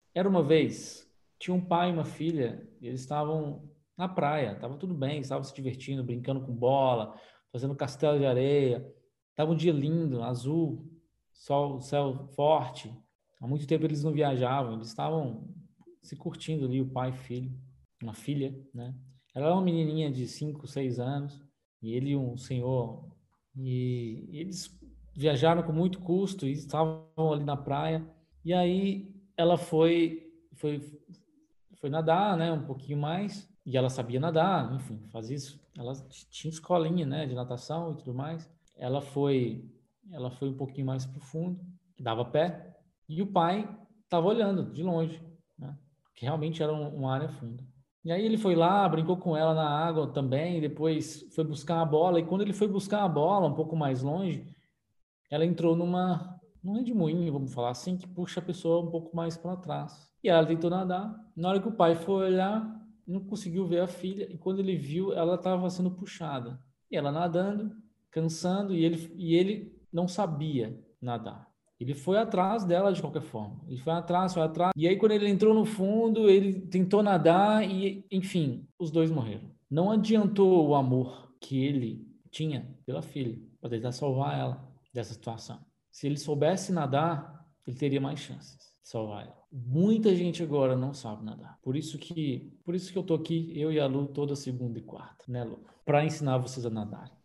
Era uma vez, tinha um pai e uma filha, e eles estavam na praia, estava tudo bem, estavam se divertindo, brincando com bola, fazendo castelo de areia. Tava um dia lindo, azul, sol, céu forte. Há muito tempo eles não viajavam, eles estavam se curtindo ali, o pai e filho, uma filha, né? Ela era uma menininha de 5, 6 anos, e ele um senhor, e eles viajaram com muito custo e estavam ali na praia. E aí ela foi nadar, né, um pouquinho mais, e ela sabia nadar, enfim, fazia isso. Ela tinha escolinha, né, de natação e tudo mais. Ela foi, ela foi um pouquinho mais pro fundo, dava pé, e o pai estava olhando de longe, né, que realmente era uma área funda. E aí ele foi lá, brincou com ela na água também, depois foi buscar a bola, e quando ele foi buscar a bola um pouco mais longe, ela entrou num redemoinho, vamos falar assim, que puxa a pessoa um pouco mais para trás. E ela tentou nadar. Na hora que o pai foi olhar, não conseguiu ver a filha, e quando ele viu, ela estava sendo puxada. E ela nadando, cansando, e ele não sabia nadar. Ele foi atrás dela de qualquer forma. Ele foi atrás, foi atrás. E aí, quando ele entrou no fundo, ele tentou nadar e, enfim, os dois morreram. Não adiantou o amor que ele tinha pela filha, para tentar salvar ela dessa situação. Se ele soubesse nadar, ele teria mais chances de salvar ela. Muita gente agora não sabe nadar. Por isso que eu tô aqui, eu e a Lu, toda segunda e quarta, né, Lu? Para ensinar vocês a nadar.